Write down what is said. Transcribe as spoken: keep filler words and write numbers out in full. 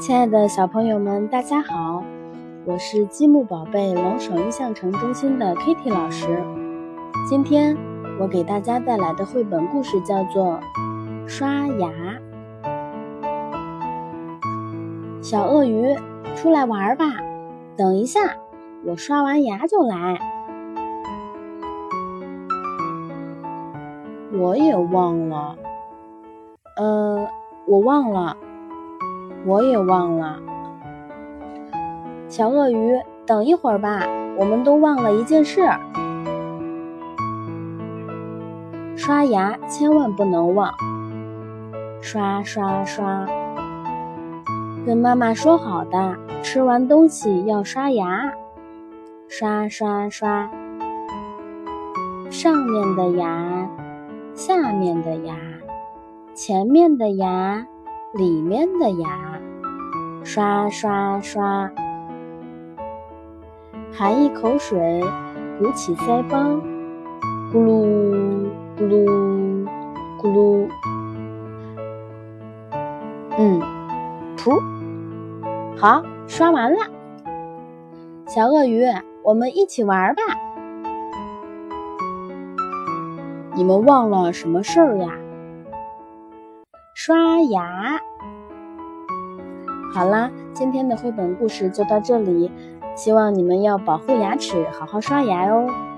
亲爱的小朋友们，大家好，我是积木宝贝龙首印象城中心的 Kitty 老师。今天我给大家带来的绘本故事叫做《刷牙》。小鳄鱼，出来玩吧，等一下，我刷完牙就来。我也忘了，呃，我忘了。我也忘了。小鳄鱼，等一会儿吧，我们都忘了一件事。刷牙千万不能忘，刷刷刷。跟妈妈说好的，吃完东西要刷牙，刷刷刷。上面的牙，下面的牙，前面的牙，里面的牙，刷刷刷。含一口水，鼓起腮帮，咕噜咕噜咕噜。嗯，噗，好，刷完了。小鳄鱼，我们一起玩吧。你们忘了什么事儿呀？刷牙。好啦，今天的绘本故事就到这里，希望你们要保护牙齿，好好刷牙哦。